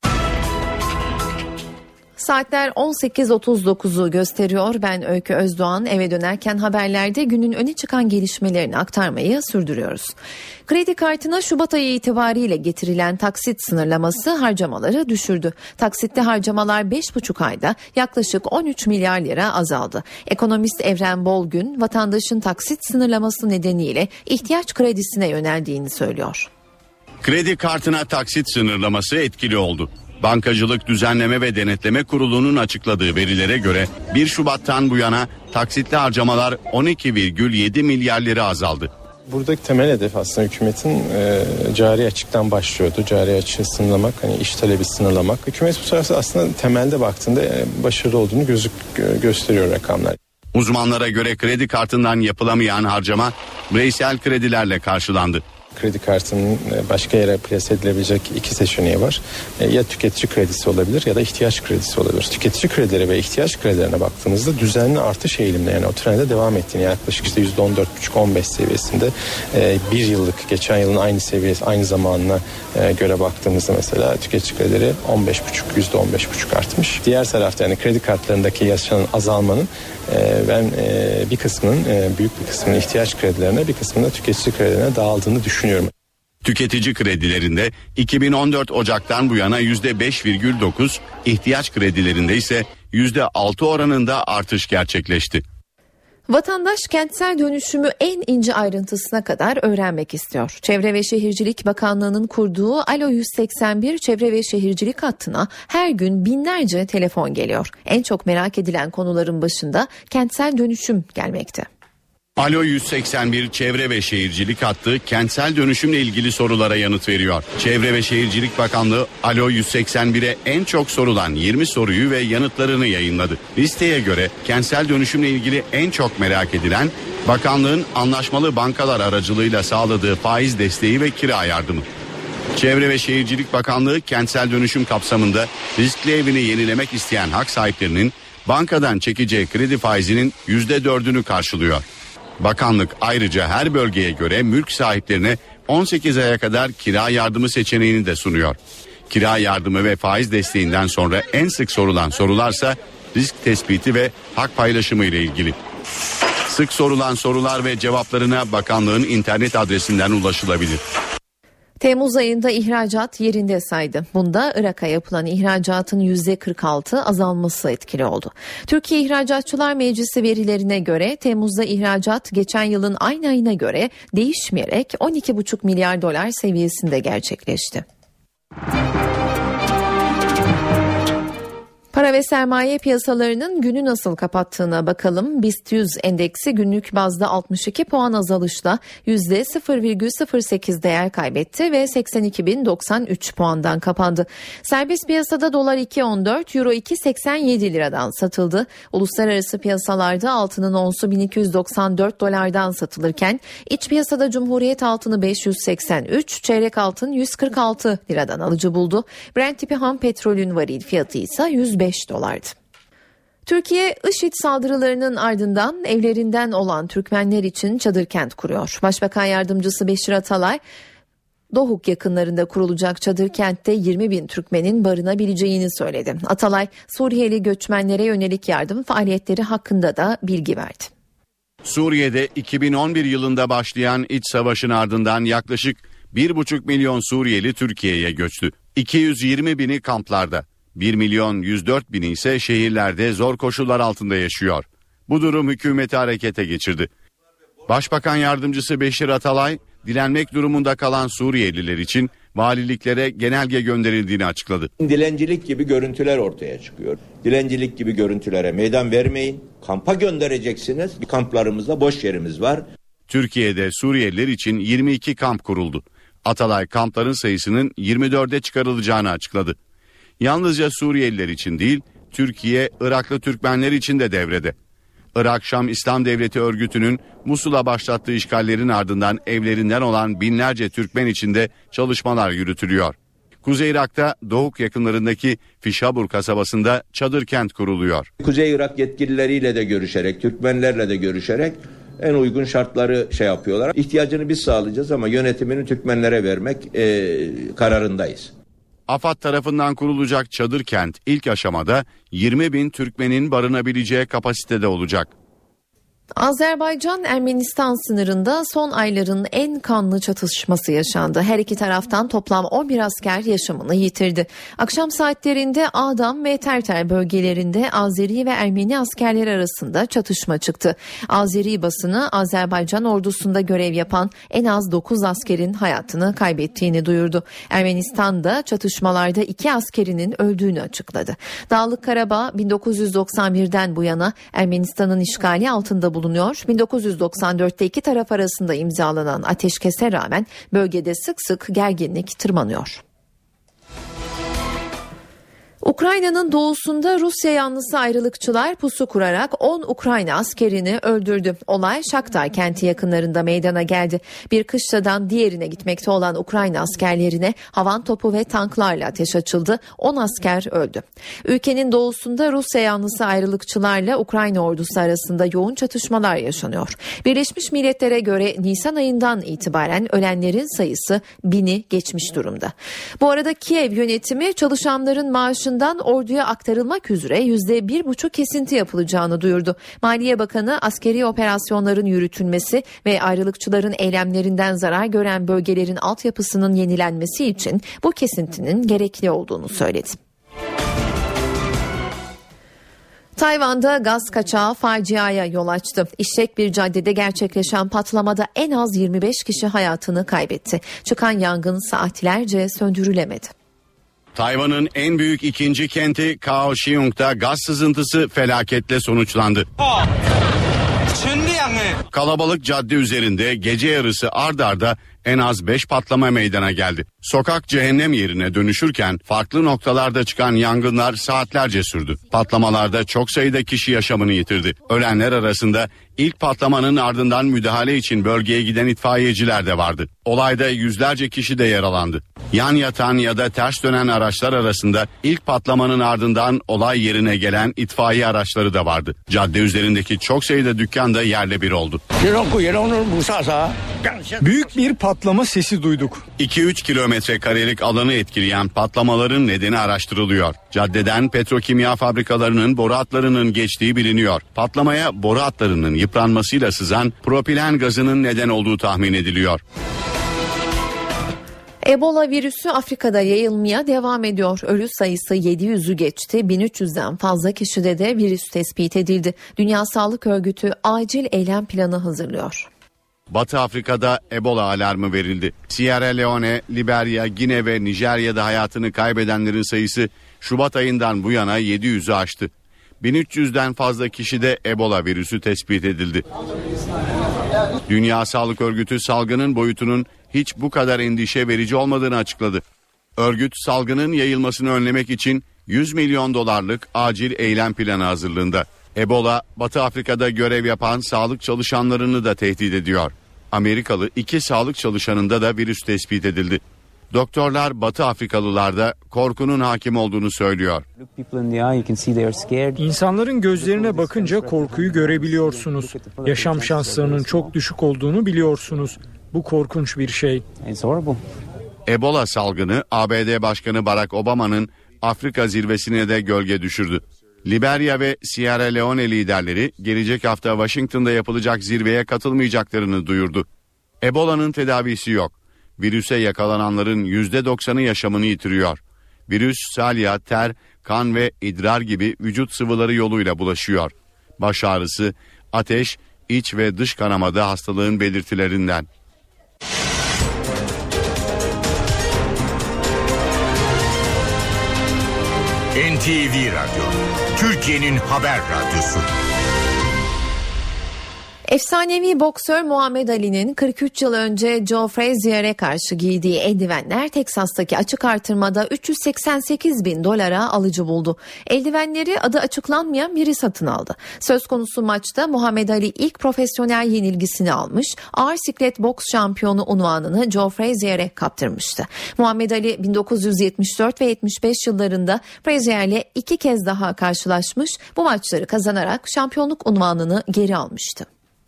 Saatler 18.39'u gösteriyor. Ben Öykü Özdoğan. Eve dönerken haberlerde günün öne çıkan gelişmelerini aktarmayı sürdürüyoruz. Kredi kartına Şubat ayı itibariyle getirilen taksit sınırlaması harcamaları düşürdü. Taksitli harcamalar 5,5 ayda yaklaşık 13 milyar lira azaldı. Ekonomist Evren Bolgün, vatandaşın taksit sınırlaması nedeniyle ihtiyaç kredisine yöneldiğini söylüyor. Kredi kartına taksit sınırlaması etkili oldu. Bankacılık Düzenleme ve Denetleme Kurulu'nun açıkladığı verilere göre 1 Şubat'tan bu yana taksitli harcamalar 12,7 milyar lira azaldı. Buradaki temel hedef aslında hükümetin cari açıktan başlıyordu. Cari açığı sınırlamak, hani iş talebi sınırlamak. Hükümet bu tarafta aslında temelde baktığında başarılı olduğunu gösteriyor rakamlar. Uzmanlara göre kredi kartından yapılamayan harcama bireysel kredilerle karşılandı. Kredi kartının başka yere plase edilebilecek 2 seçeneği var. Ya tüketici kredisi olabilir ya da ihtiyaç kredisi olabilir. Tüketici kredileri ve ihtiyaç kredilerine baktığımızda düzenli artış eğiliminde, yani o trende devam ettiğini, yaklaşık işte %14,5-15 seviyesinde bir yıllık geçen yılın aynı seviyesi, aynı zamanına göre baktığımızda mesela tüketici kredileri %15,5 artmış. Diğer tarafta yani kredi kartlarındaki yaşanan azalmanın ben bir kısmının, büyük bir kısmının ihtiyaç kredilerine, bir kısmının da tüketici kredilerine dağıldığını düşünüyorum. Tüketici kredilerinde 2014 Ocak'tan bu yana %5,9, ihtiyaç kredilerinde ise %6 oranında artış gerçekleşti. Vatandaş kentsel dönüşümü en ince ayrıntısına kadar öğrenmek istiyor. Çevre ve Şehircilik Bakanlığı'nın kurduğu Alo 181 Çevre ve Şehircilik hattına her gün binlerce telefon geliyor. En çok merak edilen konuların başında kentsel dönüşüm gelmekte. Alo 181 Çevre ve Şehircilik hattı kentsel dönüşümle ilgili sorulara yanıt veriyor. Çevre ve Şehircilik Bakanlığı Alo 181'e en çok sorulan 20 soruyu ve yanıtlarını yayınladı. Listeye göre kentsel dönüşümle ilgili en çok merak edilen bakanlığın anlaşmalı bankalar aracılığıyla sağladığı faiz desteği ve kira yardımı. Çevre ve Şehircilik Bakanlığı kentsel dönüşüm kapsamında riskli evini yenilemek isteyen hak sahiplerinin bankadan çekeceği kredi faizinin %4'ünü karşılıyor. Bakanlık ayrıca her bölgeye göre mülk sahiplerine 18 aya kadar kira yardımı seçeneğini de sunuyor. Kira yardımı ve faiz desteğinden sonra en sık sorulan sorularsa risk tespiti ve hak paylaşımı ile ilgili. Sık sorulan sorular ve cevaplarına bakanlığın internet adresinden ulaşılabilir. Temmuz ayında ihracat yerinde saydı. Bunda Irak'a yapılan ihracatın %46 azalması etkili oldu. Türkiye İhracatçılar Meclisi verilerine göre Temmuz'da ihracat geçen yılın aynı ayına göre değişmeyerek 12,5 milyar dolar seviyesinde gerçekleşti. Para ve sermaye piyasalarının günü nasıl kapattığına bakalım. BIST 100 endeksi günlük bazda 62 puan azalışla %0,08 değer kaybetti ve 82.093 puandan kapandı. Serbest piyasada dolar 2.14, euro 2.87 liradan satıldı. Uluslararası piyasalarda altının onsu 1294 dolardan satılırken iç piyasada Cumhuriyet altını 583, çeyrek altın 146 liradan alıcı buldu. Brent tipi ham petrolün varil fiyatı ise 105 dolardı. Türkiye, IŞİD saldırılarının ardından evlerinden olan Türkmenler için çadır kent kuruyor. Başbakan Yardımcısı Beşir Atalay, Dohuk yakınlarında kurulacak çadır kentte 20.000 Türkmenin barınabileceğini söyledi. Atalay, Suriyeli göçmenlere yönelik yardım faaliyetleri hakkında da bilgi verdi. Suriye'de 2011 yılında başlayan iç savaşın ardından yaklaşık 1,5 milyon Suriyeli Türkiye'ye göçtü. 220 bini kamplarda, 1.104.000 ise şehirlerde zor koşullar altında yaşıyor. Bu durum hükümeti harekete geçirdi. Başbakan Yardımcısı Beşir Atalay, dilenmek durumunda kalan Suriyeliler için valiliklere genelge gönderildiğini açıkladı. Dilencilik gibi görüntüler ortaya çıkıyor. Dilencilik gibi görüntülere meydan vermeyin. Kampa göndereceksiniz. Kamplarımızda boş yerimiz var. Türkiye'de Suriyeliler için 22 kamp kuruldu. Atalay kampların sayısının 24'e çıkarılacağını açıkladı. Yalnızca Suriyeliler için değil, Türkiye, Iraklı Türkmenler için de devrede. Irak Şam İslam Devleti örgütünün Musul'a başlattığı işgallerin ardından evlerinden olan binlerce Türkmen için de çalışmalar yürütülüyor. Kuzey Irak'ta Doğuk yakınlarındaki Fişabur kasabasında çadır kent kuruluyor. Kuzey Irak yetkilileriyle de görüşerek, Türkmenlerle de görüşerek en uygun şartları yapıyorlar. İhtiyacını biz sağlayacağız ama yönetimini Türkmenlere vermek kararındayız. AFAD tarafından kurulacak çadır kent ilk aşamada 20.000 Türkmenin barınabileceği kapasitede olacak. Azerbaycan-Ermenistan sınırında son ayların en kanlı çatışması yaşandı. Her iki taraftan toplam 11 asker yaşamını yitirdi. Akşam saatlerinde Ağdam ve Terter bölgelerinde Azeri ve Ermeni askerler arasında çatışma çıktı. Azeri basını Azerbaycan ordusunda görev yapan en az 9 askerin hayatını kaybettiğini duyurdu. Ermenistan da çatışmalarda 2 askerinin öldüğünü açıkladı. Dağlık Karabağ 1991'den bu yana Ermenistan'ın işgali altında bulunuyor. 1994'te iki taraf arasında imzalanan ateşkese rağmen bölgede sık sık gerginlik tırmanıyor. Ukrayna'nın doğusunda Rusya yanlısı ayrılıkçılar pusu kurarak 10 Ukrayna askerini öldürdü. Olay Şaktar kenti yakınlarında meydana geldi. Bir kışladan diğerine gitmekte olan Ukrayna askerlerine havan topu ve tanklarla ateş açıldı. 10 asker öldü. Ülkenin doğusunda Rusya yanlısı ayrılıkçılarla Ukrayna ordusu arasında yoğun çatışmalar yaşanıyor. Birleşmiş Milletler'e göre Nisan ayından itibaren ölenlerin sayısı 1000'i geçmiş durumda. Bu arada Kiev yönetimi çalışanların maaşını orduya aktarılmak üzere %1,5 kesinti yapılacağını duyurdu. Maliye Bakanı askeri operasyonların yürütülmesi ve ayrılıkçıların eylemlerinden zarar gören bölgelerin altyapısının yenilenmesi için bu kesintinin gerekli olduğunu söyledi. Tayvan'da gaz kaçağı faciaya yol açtı. İşlek bir caddede gerçekleşen patlamada en az 25 kişi hayatını kaybetti. Çıkan yangın saatlerce söndürülemedi. Tayvan'ın en büyük ikinci kenti Kaohsiung'da gaz sızıntısı felaketle sonuçlandı. Kalabalık cadde üzerinde gece yarısı ard arda en az 5 patlama meydana geldi. Sokak cehennem yerine dönüşürken farklı noktalarda çıkan yangınlar saatlerce sürdü. Patlamalarda çok sayıda kişi yaşamını yitirdi. Ölenler arasında ilk patlamanın ardından müdahale için bölgeye giden itfaiyeciler de vardı. Olayda yüzlerce kişi de yaralandı. Yan yatan ya da ters dönen araçlar arasında ilk patlamanın ardından olay yerine gelen itfaiye araçları da vardı. Cadde üzerindeki çok sayıda dükkan da yerle bir oldu. Büyük bir patlama sesi duyduk. 2-3 kilometre karelik alanı etkileyen patlamaların nedeni araştırılıyor. Caddeden petrokimya fabrikalarının boru hatlarının geçtiği biliniyor. Patlamaya boru hatlarının yıpranmasıyla sızan propilen gazının neden olduğu tahmin ediliyor. Ebola virüsü Afrika'da yayılmaya devam ediyor. Ölü sayısı 700'ü geçti. 1300'den fazla kişide de virüs tespit edildi. Dünya Sağlık Örgütü acil eylem planı hazırlıyor. Batı Afrika'da Ebola alarmı verildi. Sierra Leone, Liberya, Gine ve Nijerya'da hayatını kaybedenlerin sayısı Şubat ayından bu yana 700'ü aştı. 1300'den fazla kişide Ebola virüsü tespit edildi. Dünya Sağlık Örgütü salgının boyutunun hiç bu kadar endişe verici olmadığını açıkladı. Örgüt salgının yayılmasını önlemek için 100 milyon dolarlık acil eylem planı hazırlığında. Ebola, Batı Afrika'da görev yapan sağlık çalışanlarını da tehdit ediyor. Amerikalı 2 sağlık çalışanında da virüs tespit edildi. Doktorlar Batı Afrikalılarda korkunun hakim olduğunu söylüyor. İnsanların gözlerine bakınca korkuyu görebiliyorsunuz. Yaşam şanslarının çok düşük olduğunu biliyorsunuz. Bu korkunç bir şey. Ebola salgını ABD Başkanı Barack Obama'nın Afrika zirvesine de gölge düşürdü. Liberya ve Sierra Leone liderleri gelecek hafta Washington'da yapılacak zirveye katılmayacaklarını duyurdu. Ebola'nın tedavisi yok. Virüse yakalananların %90'ı yaşamını yitiriyor. Virüs salya, ter, kan ve idrar gibi vücut sıvıları yoluyla bulaşıyor. baş ağrısı, ateş, iç ve dış kanamada hastalığın belirtilerinden. NTV Radyo, Türkiye'nin haber radyosu. Efsanevi boksör Muhammed Ali'nin 43 yıl önce Joe Frazier'e karşı giydiği eldivenler Teksas'taki açık artırmada $388.000 alıcı buldu. Eldivenleri adı açıklanmayan biri satın aldı. Söz konusu maçta Muhammed Ali ilk profesyonel yenilgisini almış, ağır siklet boks şampiyonu unvanını Joe Frazier'e kaptırmıştı. Muhammed Ali 1974 ve 75 yıllarında Frazier'le 2 kez daha karşılaşmış, bu maçları kazanarak şampiyonluk unvanını geri almıştı.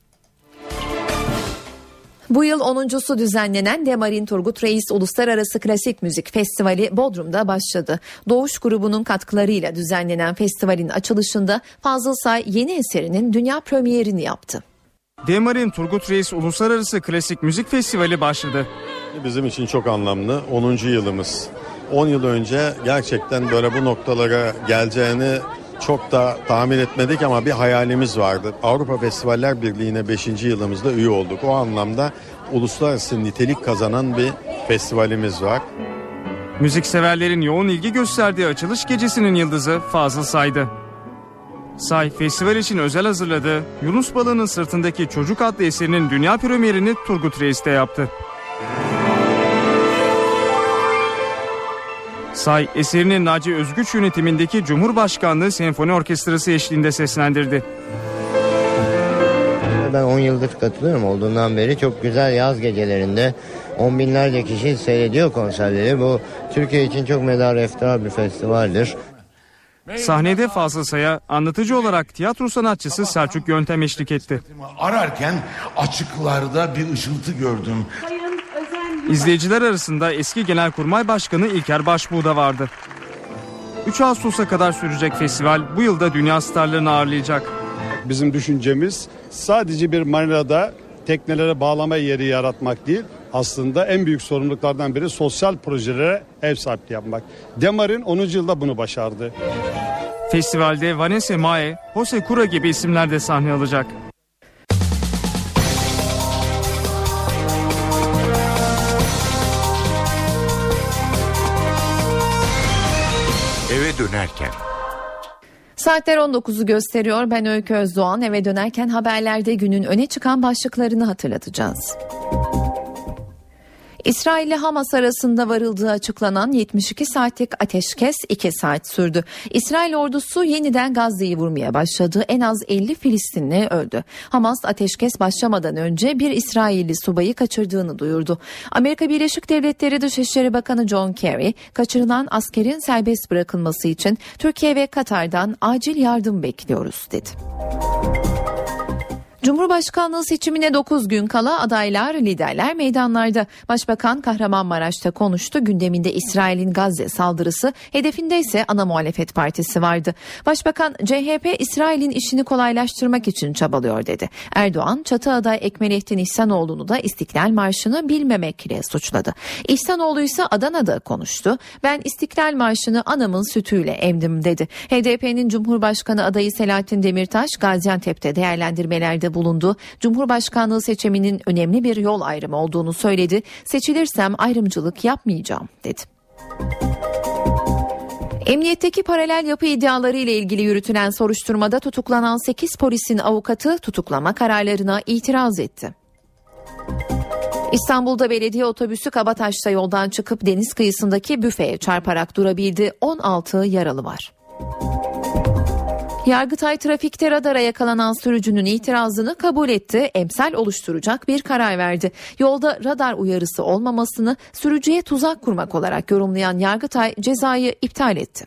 Bu yıl 10.sü düzenlenen Demarin Turgut Reis Uluslararası Klasik Müzik Festivali Bodrum'da başladı. Doğuş grubunun katkılarıyla düzenlenen festivalin açılışında Fazıl Say yeni eserinin dünya premierini yaptı. Demarin Turgut Reis Uluslararası Klasik Müzik Festivali başladı. Bizim için çok anlamlı, 10. yılımız. 10 yıl önce gerçekten böyle bu noktalara geleceğini çok da tahmin etmedik ama bir hayalimiz vardı. Avrupa Festivaller Birliği'ne 5. yılımızda üye olduk. O anlamda uluslararası nitelik kazanan bir festivalimiz var. Müzikseverlerin yoğun ilgi gösterdiği açılış gecesinin yıldızı Fazıl Say'dı. Say, festival için özel hazırladığı Yunus Balığı'nın Sırtındaki Çocuk adlı eserinin dünya premierini Turgut Reis'te yaptı. Say, eserini Naci Özgüç yönetimindeki Cumhurbaşkanlığı Senfoni Orkestrası eşliğinde seslendirdi. Ben 10 yıldır katılıyorum, olduğundan beri çok güzel yaz gecelerinde 10 binlerce kişi seyrediyor konserleri. Bu Türkiye için çok medar iftihar bir festivaldir. Sahnede Fazıl Say'a anlatıcı olarak tiyatro sanatçısı Selçuk Yöntem eşlik etti. Ararken açıklarda bir ışıltı gördüm. İzleyiciler arasında eski Genelkurmay Başkanı İlker Başbuğ da vardı. 3 Ağustos'a kadar sürecek festival bu yılda dünya starlarını ağırlayacak. Bizim düşüncemiz sadece bir marinada teknelere bağlama yeri yaratmak değil, aslında en büyük sorumluluklardan biri sosyal projelere ev sahipliği yapmak. Demarin 10. yılda bunu başardı. Festivalde Vanessa Mae, Jose Cura gibi isimler de sahne alacak. Eve dönerken. Saatler 19'u gösteriyor. Ben Öykü Özdoğan. Eve dönerken haberlerde günün öne çıkan başlıklarını hatırlatacağız. İsrail ile Hamas arasında varıldığı açıklanan 72 saatlik ateşkes 2 saat sürdü. İsrail ordusu yeniden Gazze'yi vurmaya başladı. En az 50 Filistinli öldü. Hamas ateşkes başlamadan önce bir İsrailli subayı kaçırdığını duyurdu. Amerika Birleşik Devletleri Dışişleri Bakanı John Kerry, kaçırılan askerin serbest bırakılması için Türkiye ve Katar'dan acil yardım bekliyoruz dedi. Cumhurbaşkanlığı seçimine 9 gün kala adaylar, liderler meydanlarda. Başbakan Kahramanmaraş'ta konuştu. Gündeminde İsrail'in Gazze saldırısı, hedefinde ise ana muhalefet partisi vardı. Başbakan, CHP İsrail'in işini kolaylaştırmak için çabalıyor dedi. Erdoğan, çatı aday Ekmelettin İhsanoğlu'nu da İstiklal Marşı'nı bilmemekle suçladı. İhsanoğlu ise Adana'da konuştu. Ben İstiklal Marşı'nı anamın sütüyle emdim dedi. HDP'nin Cumhurbaşkanı adayı Selahattin Demirtaş, Gaziantep'te değerlendirmelerde bulundu. Cumhurbaşkanlığı seçiminin önemli bir yol ayrımı olduğunu söyledi. Seçilirsem ayrımcılık yapmayacağım dedi. Emniyetteki paralel yapı iddiaları ile ilgili yürütülen soruşturmada tutuklanan 8 polisin avukatı tutuklama kararlarına itiraz etti. İstanbul'da belediye otobüsü Kabataş'ta yoldan çıkıp deniz kıyısındaki büfeye çarparak durabildi. 16 yaralı var. Yargıtay trafikte radara yakalanan sürücünün itirazını kabul etti. Emsal oluşturacak bir karar verdi. Yolda radar uyarısı olmamasını sürücüye tuzak kurmak olarak yorumlayan Yargıtay cezayı iptal etti.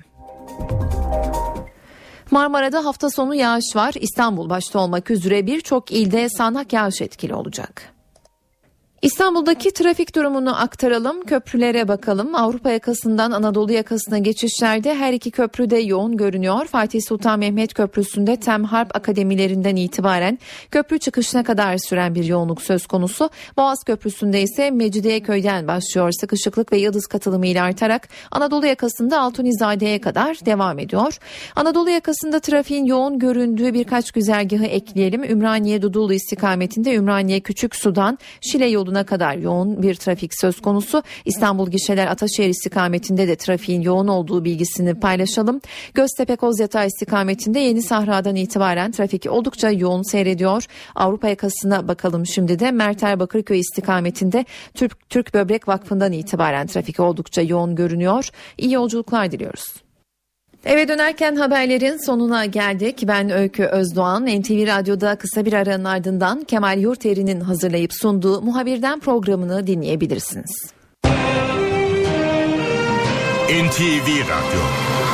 Marmara'da hafta sonu yağış var. İstanbul başta olmak üzere birçok ilde sağanak yağış etkili olacak. İstanbul'daki trafik durumunu aktaralım, köprülere bakalım. Avrupa yakasından Anadolu yakasına geçişlerde her iki köprü de yoğun görünüyor. Fatih Sultan Mehmet Köprüsü'nde Tem Harp akademilerinden itibaren köprü çıkışına kadar süren bir yoğunluk söz konusu. Boğaz Köprüsü'nde ise Mecidiyeköy'den başlıyor. Sıkışıklık ve Yıldız katılımıyla artarak Anadolu yakasında Altunizade'ye kadar devam ediyor. Anadolu yakasında trafiğin yoğun göründüğü birkaç güzergahı ekleyelim. Ümraniye Dudullu istikametinde Ümraniye Küçüksu'dan Şile yoluna kadar yoğun bir trafik söz konusu. İstanbul Gişeler Ataşehir istikametinde de trafiğin yoğun olduğu bilgisini paylaşalım. Göztepe Kozyatağı istikametinde Yeni Sahra'dan itibaren trafik oldukça yoğun seyrediyor. Avrupa yakasına bakalım şimdi de. Merter Bakırköy istikametinde Türk Böbrek Vakfı'ndan itibaren trafik oldukça yoğun görünüyor. İyi yolculuklar diliyoruz. Eve dönerken haberlerin sonuna geldik. Ben Öykü Özdoğan. NTV Radyo'da kısa bir aranın ardından Kemal Yurteri'nin hazırlayıp sunduğu Muhabirden programını dinleyebilirsiniz. NTV Radyo